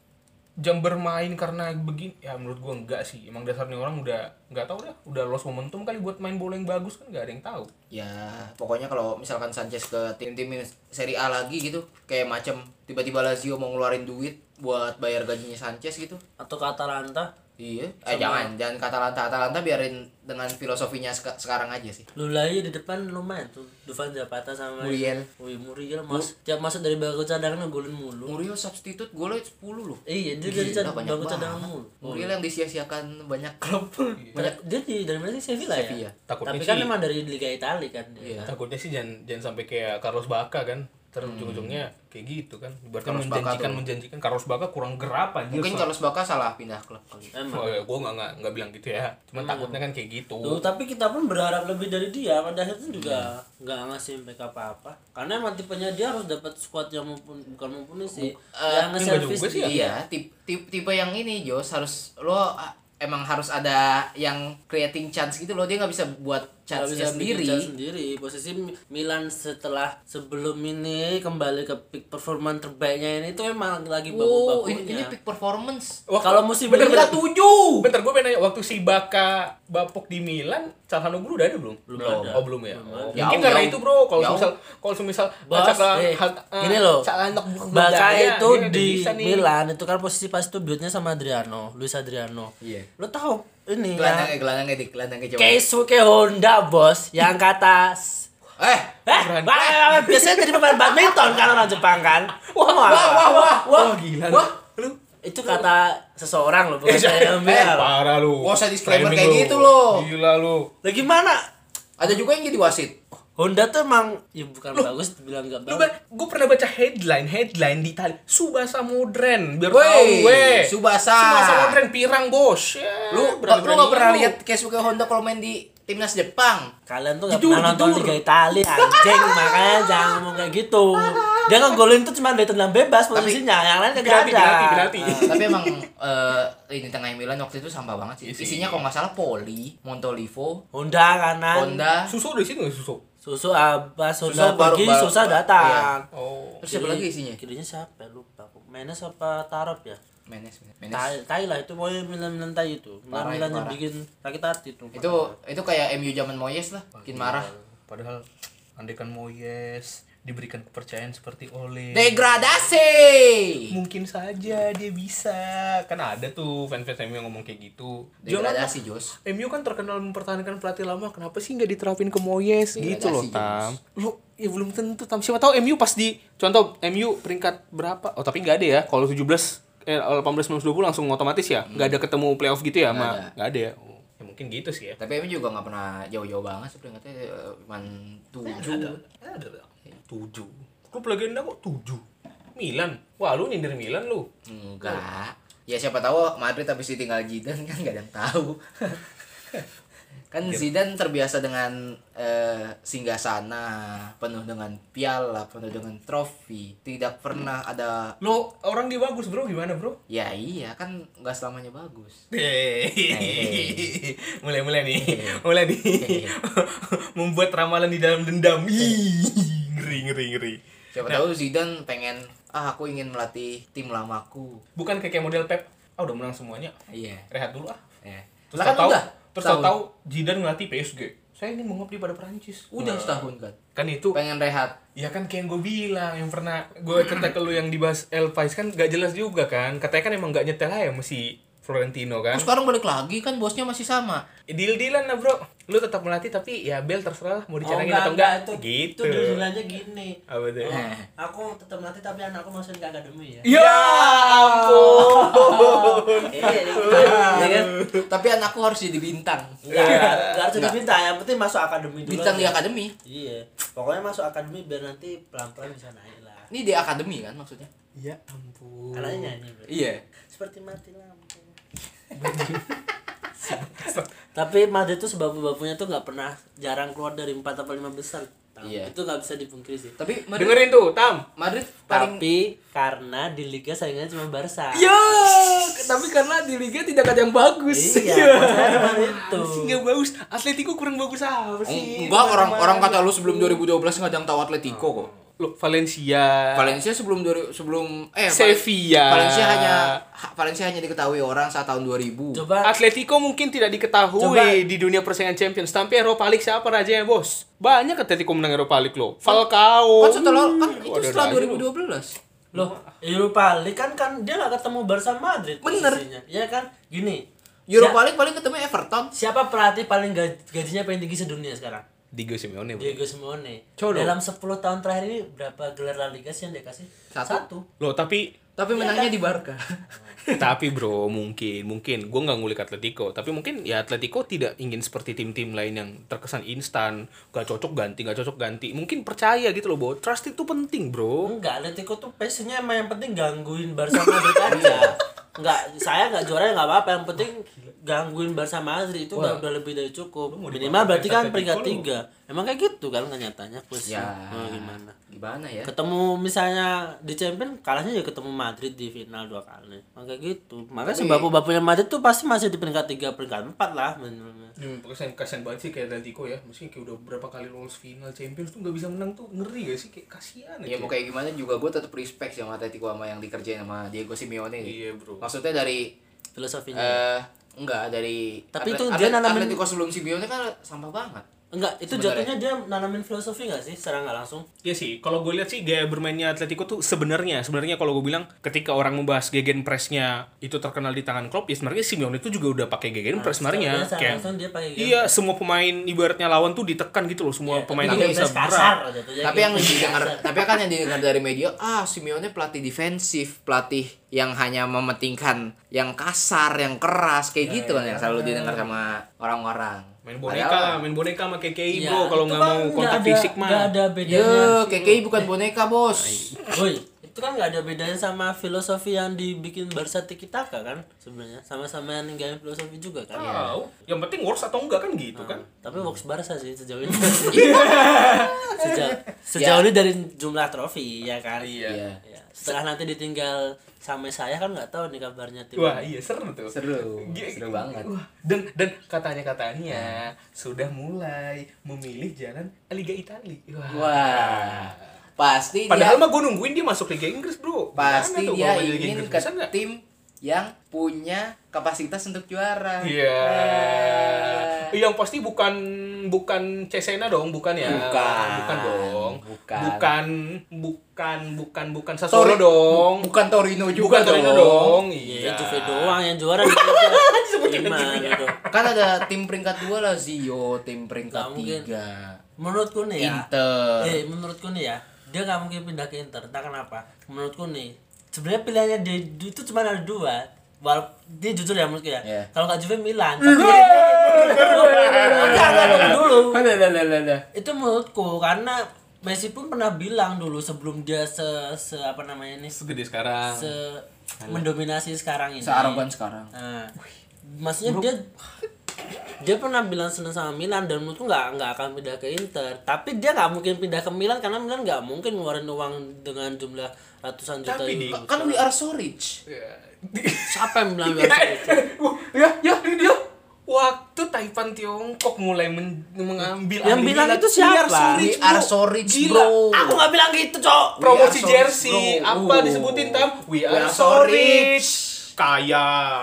jam bermain karena begini, ya menurut gua enggak sih. Emang dasarnya orang udah nggak tahu dah, udah lost momentum kali buat main bola yang bagus kan, nggak ada yang tahu. Ya, pokoknya kalau misalkan Sanchez ke tim-tim Serie A lagi gitu, kayak macam tiba-tiba Lazio mau ngeluarin duit buat bayar gajinya Sanchez gitu. Atau ke Atalanta. Iya, Sama- jangan kata Atalanta biarin dengan filosofinya sekarang aja sih. Lulai di depan lumayan tuh. Dufan Zapata sama Muriel. Wih, Muriel tiap masuk dari bangku cadangan ngegolin mulu. Muriel substitute golnya 10 loh. Iya, dia dari Gila, banyak bangku cadangan banget. mulu. Muriel yang disia-siakan banyak klub. Dia dari mana sih, Sevilla ya? Sevilla. Takutnya Tapi kan sih- emang dari Liga Italia kan dia. Iya. Takutnya sih jangan sampai kayak Carlos Bacca kan. Terus ujung-ujungnya kayak gitu kan. Ibaratnya Carlos Bacca menjanjikan Carlos Bacca kurang gerap aja. Mungkin Carlos Bacca salah pindah klub kali. Emang. Oh ya, gue nggak bilang gitu ya. Cuman takutnya kan kayak gitu. Tuh, tapi kita pun berharap lebih dari dia. Pada akhirnya juga nggak ngasih impact apa-apa. Karena emang tipenya dia harus dapat squad yang bukan mumpuni sih. Yang enggak nge-service juga sih ya. dia. Iya, tipe yang ini Jos harus emang harus ada yang creating chance gitu loh. Dia nggak bisa buat Nggak chance bisa sendiri. bikin chance sendiri. Posisi Milan sebelum ini kembali ke peak performan terbaiknya ini itu emang lagi Oh, bagus-bagusnya. ini peak performance. Kalau musim bener, ini bener. 7. Bentar, gue pengen nanya, waktu si Baka bapok di Milan, Calhanoglu udah ada belum? Belum ada. Oh, belum ya. Belum Oh, ada. mungkin Jauh, karena jauh. itu, Bro. Jauh. Kalau semisal Bos, gini loh. Baka itu di Milan itu kan posisi pas itu duetnya sama Adriano, Luis Adriano. Iya. Lo tahu ini ya? Gelandangnya coba. Keisuke Honda bos yang kata biasanya jadi pemain badminton kan orang Jepang kan. Wah, gila. Lu Itu kata seseorang loh, bukan saya yang bilang. parah lu. Gak usah disclaimer Framing kayak lu. gitu loh. Gila lu. Lah gimana? Ada juga yang jadi wasit. Honda tuh emang ya bukan bagus, dibilang enggak bagus. Gue pernah baca headline di Itali. Subasa Modren, biar Woi, tahu weh. Subasa. Modren pirang, Bos. Ya, Lu berani-berani gak pernah lu. lihat Keisuke Honda kalau main di timnas Jepang? Kalian tuh gak Jujur, pernah nonton jujur. Liga Italia anjing, makanya jangan ngomong kayak gitu. Dia ngegolin tuh cuma dari tendangan bebas posisinya, yang lain kagak ada. Penalti. Tapi emang ini tengah Milan waktu itu sampah banget sih. Iya sih. Isinya kalau nggak salah Poli, Montolivo, Honda kanan. Honda, Susu dari situ nggak susu? Susu Abbas, Susu Honda pergi, baru- susah iya. datang. Oh. terus siapa lagi isinya? Kirinya siapa? Lupa. Menes apa Tarap ya? Menes. Tai lah itu pokoknya Milan tai itu. Parah, Milan yang parah. bikin sakit hati tuh. Itu kayak MU zaman Moyes lah, bikin marah. Padahal andaikan Moyes diberikan kepercayaan seperti Ole, Degradasi. mungkin saja dia bisa. Kan ada tuh fans-fans MU yang ngomong kayak gitu. Degradasi, Jos. MU kan terkenal mempertahankan pelatih lama, kenapa sih nggak diterapin ke Moyes gitu loh, Degradasi, Tam? Lu ya belum tentu, Tam. Siapa tahu MU pas di contoh MU peringkat berapa? Oh, tapi nggak ada ya. Kalau 17 18-19-20 langsung otomatis ya. Nggak ada ketemu playoff gitu ya Nggak ada. nggak ada ya. Oh, ya mungkin gitu sih ya. Tapi MU juga nggak pernah jauh-jauh banget sih peringkatnya, cuman 7. Ada 7. Klub legenda kok 7. Milan. Wah, lu nyindir Milan lu. Enggak. Ya siapa tahu Madrid habis ditinggal Zidane kan nggak ada yang tahu. Kan Zidane terbiasa dengan singgasana penuh dengan piala, penuh dengan trofi, tidak pernah ada. Lo orang dia bagus, Bro. Gimana, Bro? Ya iya kan nggak selamanya bagus. Mulai nih. Mulai nih. Membuat ramalan di dalam dendam. Ngeri. Siapa tahu Zidane pengen aku ingin melatih tim lamaku. Bukan kayak model Pep. Udah menang semuanya. Iya. Rehat dulu ah. Lah kan udah. Terus Setahun. tahu Zidane ngelatih PSG. Saya ingin mengabdi pada Perancis. Udah setahun kan. Kan itu Pengen rehat. ya kan kayak yang gue bilang yang pernah gue cerita ke lu yang dibahas El Pais kan gak jelas juga kan. Katanya kan emang gak nyetel aja masih Florentino kan. Terus sekarang balik lagi kan bosnya masih sama. Deal-dealan lah, Bro. Lu tetap melatih tapi ya Bel terserah mau dicarangin atau enggak. Itu Gitu. dealannya gini. Apa tuh? Aku tetap melatih tapi anakku masukin ke akademi ya. Ya ampun. Ya kan? Tapi anakku harus jadi bintang. Enggak harus jadi bintang, yang penting masuk akademi dulu. Bintang di aja. akademi. Iya. Pokoknya masuk akademi biar nanti pelan-pelan bisa naik lah. Ini di akademi kan maksudnya? Ya ampun. Anaknya nyanyi, Bro. Iya. Seperti mati lampu. Tapi Madrid tuh sebab-sebabnya tuh nggak pernah jarang keluar dari 4 atau 5 besar. Iya. Itu nggak bisa dipungkiri sih. Tapi Madrid, Dengerin tuh, Tam. Madrid paling Tapi karena di liga saingannya cuma Barca. ya, tapi karena di liga tidak ada yang bagus. Iya, masalahnya cuma itu. Nggak bagus. Atletico kurang bagus apa sih? Enggak, orang kata lu sebelum 2012 nggak ada yang tahu Atletico kok. Lo Valencia. Valencia sebelum Sevilla. Valencia hanya diketahui orang saat tahun 2000. Coba Atletico mungkin tidak diketahui Coba. di dunia persaingan Champions. Tapi Europa League siapa rajanya, Bos? Banyak Atletico menang Europa League loh. Falcao. Kan itu Ada setelah aja loh. 2012. loh, Europa League kan dia nggak ketemu Barca Madrid. Bener. posisinya. Iya kan? Gini. Europa League paling ketemu Everton. Siapa pelatih paling gajinya paling tinggi sedunia sekarang? Diego Simeone. Bro. Diego Simeone. Coba. Dalam 10 tahun terakhir ini berapa gelar La Liga sih yang dia kasih? Satu. Loh, tapi Menangnya di Barca. Bro mungkin gue nggak ngulik Atletico, tapi mungkin ya Atletico tidak ingin seperti tim-tim lain yang terkesan instan, gak cocok ganti, mungkin percaya gitu loh, Bo. Trust itu penting, Bro. Enggak, Atletico tuh passionnya emang yang penting gangguin Barca Madrid aja. Enggak, saya enggak juara enggak apa-apa, yang penting gangguin Barca Madrid itu udah lebih dari cukup. Minimal berarti kan peringkat 3. Emang kayak gitu kan nyatanya plus. Ya. Gimana? Gimana ya? Ketemu misalnya di Champions kalahnya ya ketemu Madrid di final 2 kali. Makanya gitu. Makanya sebab-sebabnya Madrid tuh pasti masih di peringkat 3, peringkat 4 lah. Kasian banget sih kayak Atletico ya, mesti kayak udah berapa kali lolos final Champions tuh nggak bisa menang tuh, ngeri gak sih, kayak kasihan aja. Ya mau kayak gimana juga gue tetap respect sama Atletico sama yang dikerjain sama Diego Simeone. Iya, Bro. Maksudnya dari Filosofinya. enggak dari Tapi itu dia nanamin- Atletico sebelum Simeone kan sampah banget. Enggak, itu Sebenarnya. jatuhnya dia nanamin filosofi enggak sih secara enggak langsung? Iya sih, kalau gue lihat sih gaya bermainnya Atletico tuh sebenarnya kalau gue bilang ketika orang membahas gegen pressnya itu terkenal di tangan Klopp, ya sebenarnya Simeone itu juga udah pakai gegen press sebenarnya. Secara Kayak langsung dia pakai iya, semua pemain ibaratnya lawan tuh ditekan gitu loh, semua pemain tapi itu game bisa press kasar berat. aja tuh, ya, Tapi game yang press didengar, kasar. tapi kan yang didengar dari media, Simeone pelatih defensif, pelatih yang hanya mementingkan yang kasar, yang keras kayak gitu kan yang selalu didengar sama orang-orang. Main boneka sama KKI, Iya, Bro, kalau itu nggak kan mau nggak kontak ada- fisik mah. nggak ada bedanya. Ya, KKI bukan boneka, Bos. Woi, itu kan nggak ada bedanya sama filosofi yang dibikin Barca Tiki Taka kan sebenarnya. Sama-sama yang ninggalin filosofi juga kan. Tahu. Yang penting works atau enggak kan gitu kan. Tapi Vox Barca sih sejauh ini. Iya. Sejauh ini dari jumlah trofi ya kan. Iya. Ya, setelah nanti ditinggal sama saya kan nggak tahu nih kabarnya tim. Wah, iya seru tuh. Seru banget. Wah, dan katanya sudah mulai memilih jalan Liga Italia. Wah. Pasti Padahal dia mah gue nungguin dia masuk Liga Inggris, Bro. pasti Gimana tuh dia kalau Liga ingin Inggris? ke Bisa nggak? tim yang punya kapasitas untuk juara. Iya. Yang pasti bukan Cesena dong, bukan ya? Bukan. Dong. Bukan. Bukan Sassuolo dong. Bukan Torino juga Bukan Torino dong. Iya, Iya. Juve doang yang juara di Liga. Gimana tuh? Kan ada tim peringkat 2 Lazio, tim peringkat Nggak mungkin. 3 Menurutku nih ya. Inter. Menurutku nih ya, dia nggak mungkin pindah ke Inter. Entah kenapa. Menurutku nih, sebenarnya pilihannya dia itu cuma ada dua. Dia jujur ya menurutku ya. Iya. Kalau nggak Juve Milan. Enggak dulu. Itu menurutku karena Messi pun pernah bilang dulu sebelum dia apa namanya ini Segede sekarang. mendominasi sekarang ini. Searogan sekarang. Nah, maksudnya dia pernah bilang seneng sama Milan dan menurutku nggak akan pindah ke Inter. Tapi dia nggak mungkin pindah ke Milan karena Milan nggak mungkin ngeluarin uang dengan jumlah ratusan juta Tapi euro. Kan we are so rich. Siapa yang bilang biasa itu? Ya. Waktu Taipan Tiongkok mulai mengambil Yang alih bilang Milan, itu siapa? We are so rich, Gila. bro. Aku nggak bilang gitu, Cok. Promosi We are so jersey rich, bro. apa disebutin Tam? We are are so so rich. Kaya.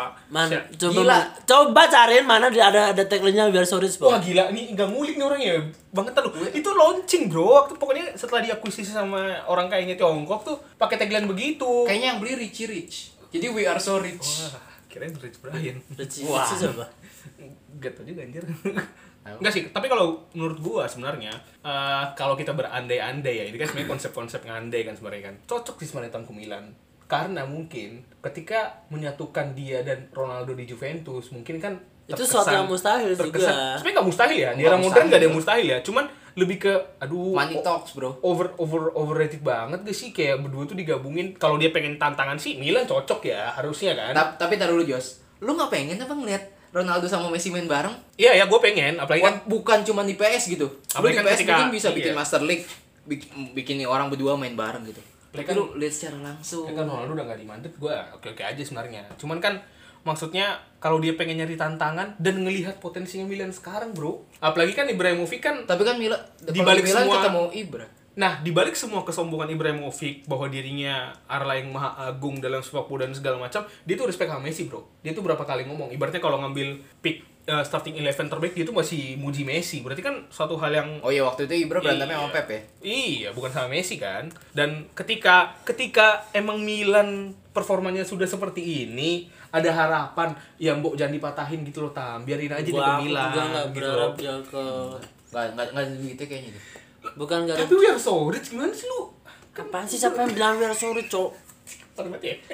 Coba cariin mana ada tagline-nya biar sorry Wah gila, ini nggak ngulik nih orangnya. Banget lu. Itu launching, Bro. Waktu pokoknya setelah diakuisisi sama orang kayaknya Tiongkok tuh pakai tagline begitu. Kayaknya yang beli Richie Rich. Jadi we are so rich. Wah, kirain Rich Brian. Wah, siapa? Gak tau juga anjir. Enggak sih, tapi kalau menurut gua sebenarnya kalau kita berandai-andai ya, ini kan sebenarnya konsep-konsep ngandai kan sebenarnya kan. Cocok sih sebenarnya Tam ke Milan. Karena mungkin ketika menyatukan dia dan Ronaldo di Juventus, mungkin kan Itu suatu yang mustahil juga. Sebenarnya nggak mustahil ya, di era Nggak modern nggak ada yang mustahil. mustahil ya. Cuman lebih ke Money talks, bro. overrated banget gak sih kayak berdua tuh digabungin. Kalau dia pengen tantangan sih Milan cocok ya harusnya kan. Tapi tar dulu, Jos. Lu nggak pengen apa ngeliat Ronaldo sama Messi main bareng? Iya ya, gue pengen, apalagi kan Bukan cuma di PS gitu. Lu Apalagi di kan PS ketika- mungkin bisa bikin iya. Master League, bikin orang berdua main bareng gitu. Apalagi Tapi kan- lu lihat secara langsung. kan Ronaldo udah nggak di Madrid, gue oke aja sebenarnya. Cuman kan maksudnya kalau dia pengen nyari tantangan dan ngelihat potensinya Milan sekarang, bro. Apalagi kan Ibrahimovic kan. Tapi kan Milan Di balik Milan semua- ketemu Ibra. Nah, dibalik semua kesombongan Ibrahimovic bahwa dirinya Allah yang maha agung dalam sepak bola dan segala macam, dia tuh respect sama Messi, bro. Dia tuh berapa kali ngomong, ibaratnya kalau ngambil pick starting 11 terbaik, dia tuh masih muji Messi. Berarti kan suatu hal yang Oh iya, waktu itu Ibra berantemnya sama Pep ya. Iya, bukan sama Messi kan. Dan ketika emang Milan performanya sudah seperti ini, ada harapan ya mbok jangan dipatahin gitu loh Tam. Biarin aja dia ke Gua Milan. juga nggak gitu berharap loh. dia ke Nggak gitu kayaknya deh. bukan nggak ada. Tapi we are so rich, gimana sih lu? Kapan sih siapa yang bilang biar sorry, Cok? Sorry banget ya.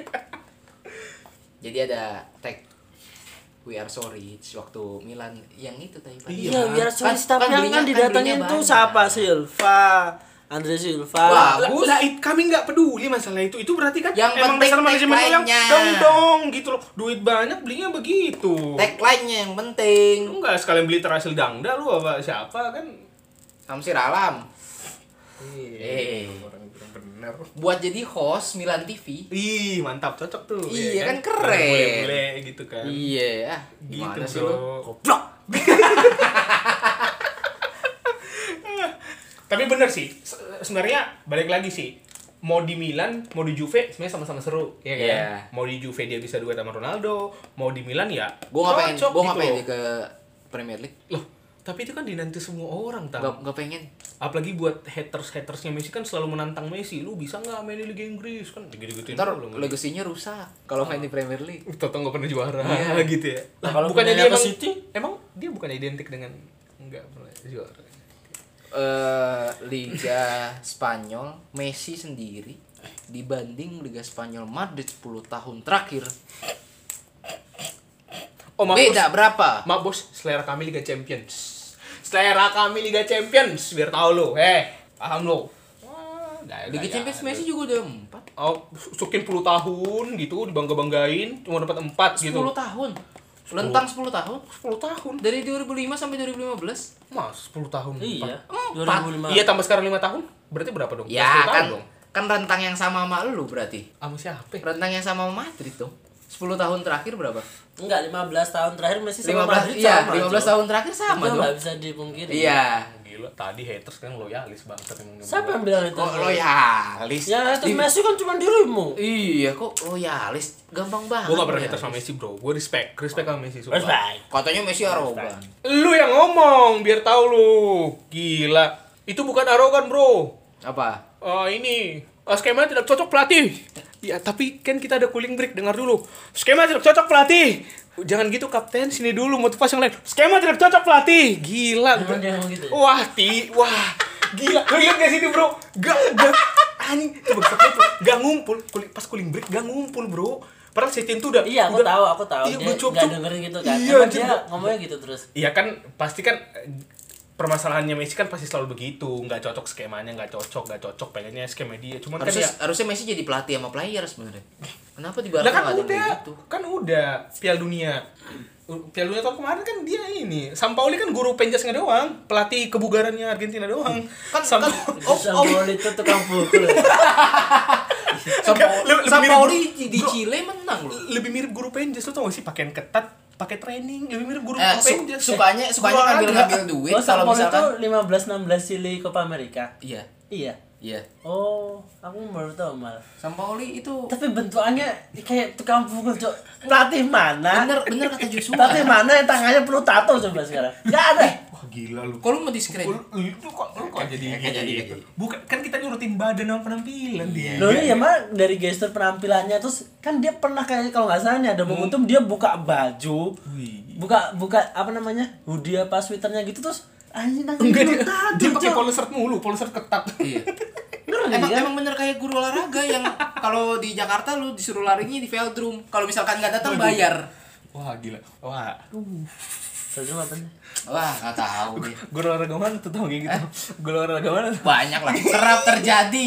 Jadi ada tag We are so rich waktu Milan yang itu tadi. Iya, biar sorry, tapi yang belinya- kan didatengin belinya tuh banyak. siapa? Silva, Andre Silva. Wah, Kami nggak peduli masalah itu. Itu berarti kan Yang emang penting dasar manajemen lo yang tagline-nya. dong gitu loh. Duit banyak belinya begitu. Tagline-nya yang penting. Lu nggak sekalian beli terasil Dangda lu apa siapa kan? Samsir Alam. Orang bener. Buat jadi host Milan TV. Ih, mantap, cocok tuh. Iya, ya kan keren. Bule-bule gitu kan. Iya, Gitu, gimana sih lu? bro. Goblok. Tapi bener sih, sebenarnya balik lagi sih. Mau di Milan, mau di Juve, sebenarnya sama-sama seru, ya kan? Iya. Mau di Juve dia bisa duet sama Ronaldo, mau di Milan ya. Gua nggak cocok pengen gitu dia ke Premier League. loh. Tapi itu kan dinanti semua orang, Tam. Nggak pengen. Apalagi buat hatersnya Messi kan selalu menantang Messi. Lu bisa nggak main di Liga Inggris kan? Gitu-gituin. Ntar lu. legasinya rusak kalau main di Premier League. Toto nggak pernah juara gitu ya. Lah, Kalau bukannya dia pindahnya ke emang, City? emang dia bukan identik dengan nggak pernah juara. Liga Spanyol Messi sendiri dibanding Liga Spanyol Madrid 10 tahun terakhir Oh, beda berapa? Mak bos, selera kami Liga Champions. Selera kami Liga Champions, biar tahu lo. Paham lo. Wah, Liga Champions Messi juga udah 4. Oh, sekian puluh tahun gitu dibangga-banggain cuma dapat 4 10 gitu. tahun. Lentang 10 tahun 10 tahun. dari 2005 sampai 2015. Mas, 10 tahun. Iya. 4. 2005. Iya, tambah sekarang 5 tahun. Berarti berapa dong? 10 Ya tahun kan dong. kan rentang yang sama sama lu berarti. Sama siapa? Rentang yang sama sama Madrid dong. 10 tahun terakhir berapa? Enggak, 15 tahun terakhir Messi sama 15 Madrid iya, sama, 15 Cok. tahun terakhir sama Itu dong. nggak bisa dipungkiri. Iya. Gila, tadi haters kan loyalis banget emang. Siapa yang bilang itu? Kok loyalis? Ya, itu Messi kan cuma dirimu. Iya, kok loyalis? Gampang banget. Gue gak pernah loyalis. haters sama Messi, bro. Gue respect sama Messi. sumpah. Respect. Katanya Messi arogan. Lu yang ngomong, biar tahu lu. Gila. Itu bukan arogan, bro. Apa? Ini skema tidak cocok pelatih. Ya, tapi kan kita ada cooling break, dengar dulu. Skema tidak cocok pelatih. Jangan gitu kapten, sini dulu motivasi yang lain. Skema tidak cocok pelatih. Gila. Emang dia ngomong gitu ya? Wah, gila. Lu lihat gak sini, bro? Gak. Anjing, coba gak ngumpul. Pas cooling break gak ngumpul, Bro. Padahal Setien tuh udah Iya, aku tahu. Iya, Dia gua nggak dengerin gitu kan. Iya, Emang anjing, dia ngomongnya gitu terus. Iya kan, pasti kan permasalahannya Messi kan pasti selalu begitu, nggak cocok skemanya, nggak cocok, pengennya skema dia. Cuman Harusnya Messi jadi pelatih sama player sebenarnya. Kenapa di Barca kan nggak ada udah, kayak gitu? kan udah Piala Dunia tahun kemarin kan dia ini Sampaoli kan guru penjasnya doang, pelatih kebugarannya Argentina doang. Sampaoli itu tukang pukul. Sampaoli di Chile menang loh. Lebih mirip guru penjas, lo tau gak sih, pakaian ketat, pakai training, lebih mirip guru penjas. Sukanya ngambil duit kalau Sampaoli itu misalkan 15-16 Chile Copa America. Iya. Iya. Oh, aku baru tahu malah. Sampaoli itu Tapi bentukannya kayak tukang pukul, Cok. Pelatih mana? bener kata Joshua. Pelatih mana yang tangannya penuh tato coba sekarang? Gak ada. Wah gila lu. Kok lu mau diskredit? Lu kok jadi gitu? Bukan, kan kita nyurutin badan sama penampilan dia. Loh iya mah dari gestur penampilannya, terus kan dia pernah kayak kalau nggak salah nih ada momentum dia buka baju, buka apa namanya hoodie apa sweaternya gitu, terus anjing Enggak, dia pakai polo shirt mulu, polo shirt ketat. Iya. Ngeri, kan? Emang bener kayak guru olahraga yang kalau di Jakarta lu disuruh larinya di velodrome. Kalau misalkan nggak datang bayar. Wah gila. Wah. Terus apa nih? Wah, nggak tahu nih. Guru olahraga mana tuh tau kayak gitu? Guru olahraga mana? Banyak lah. Kerap terjadi.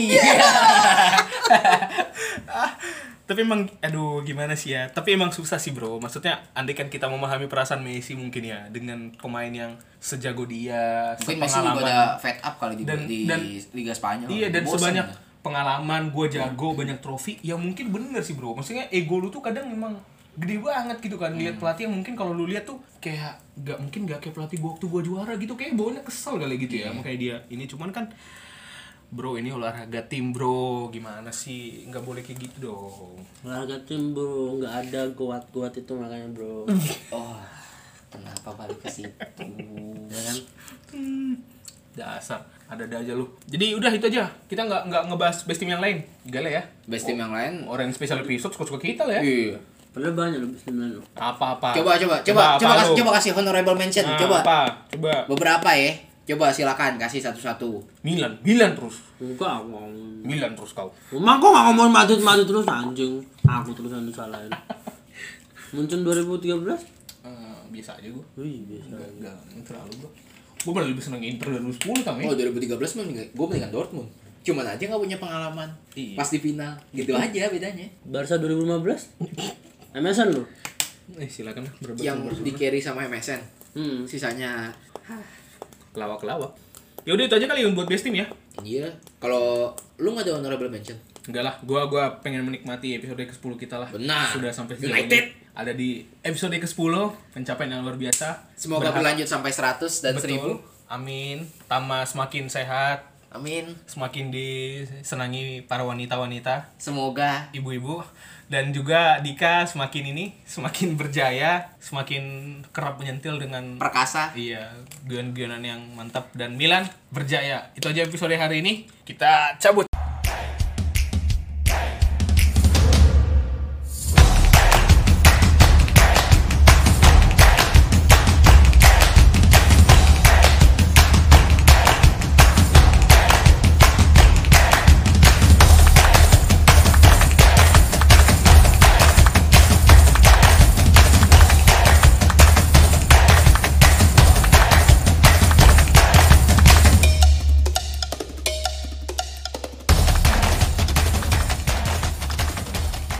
Tapi emang, aduh gimana sih ya. Tapi emang susah sih bro. Maksudnya, andai kan kita memahami perasaan Messi mungkin ya, dengan pemain yang sejago dia, Mungkin Messi juga udah fed up kali di Liga Spanyol. Iya, dan Bosen sebanyak ya. pengalaman, gue jago, banyak trofi. Ya mungkin bener sih bro. Maksudnya ego lu tuh kadang memang gede banget gitu kan. Lihat pelatih yang mungkin kalau lu lihat tuh kayak gak kayak pelatih gua waktu gua juara gitu, kayak bawanya kesel kali gitu ya. Makanya dia ini cuman kan bro, ini olahraga tim bro, gimana sih, nggak boleh kayak gitu dong. Olahraga tim bro, nggak ada kuat itu makanya bro. Oh, kenapa balik ke situ? Ya kan? Dasar, ada aja lu. Jadi udah itu aja, kita nggak ngebahas best team yang lain, gale ya. Best team yang lain. Orang special episode suka-suka kita lah ya. Iya. Padahal banyak loh bisnis lain. Apa-apa. Coba kasih honorable mention. Nah, Coba. Coba. Beberapa ya. Coba silakan kasih satu-satu. Milan terus. Enggak, Milan terus kau. Emang kok nggak ngomong Madrid terus anjing. Aku terus yang disalahin. Muncul 2013? Biasa aja gua. Wih, biasa. Enggak terlalu gua. Gua malah lebih seneng Inter 2010 tau ya. Oh, 2013 mah gue mendingan Dortmund. Cuman aja nggak punya pengalaman. Iya. Pas di final. Gitu aja bedanya. Barca 2015? MSN lo? Silakan berbagi. Yang di carry sama MSN. Hmm. Sisanya Kelawak. Ya udah itu aja kali buat best team ya. iya. Kalau lu nggak ada honorable mention. Enggak lah, gua pengen menikmati episode ke-10 kita lah. Benar. Sudah sampai sejauh United. ini. Ada di episode ke-10, pencapaian yang luar biasa. Semoga berlanjut sampai 100 dan Betul. 1000. Amin. Tama semakin sehat, Amin. semakin disenangi para wanita-wanita, Semoga ibu-ibu, dan juga Dika semakin berjaya, semakin kerap menyentil dengan perkasa. iya, guyon-guyonan yang mantap, dan Milan berjaya. Itu aja episode hari ini. Kita cabut.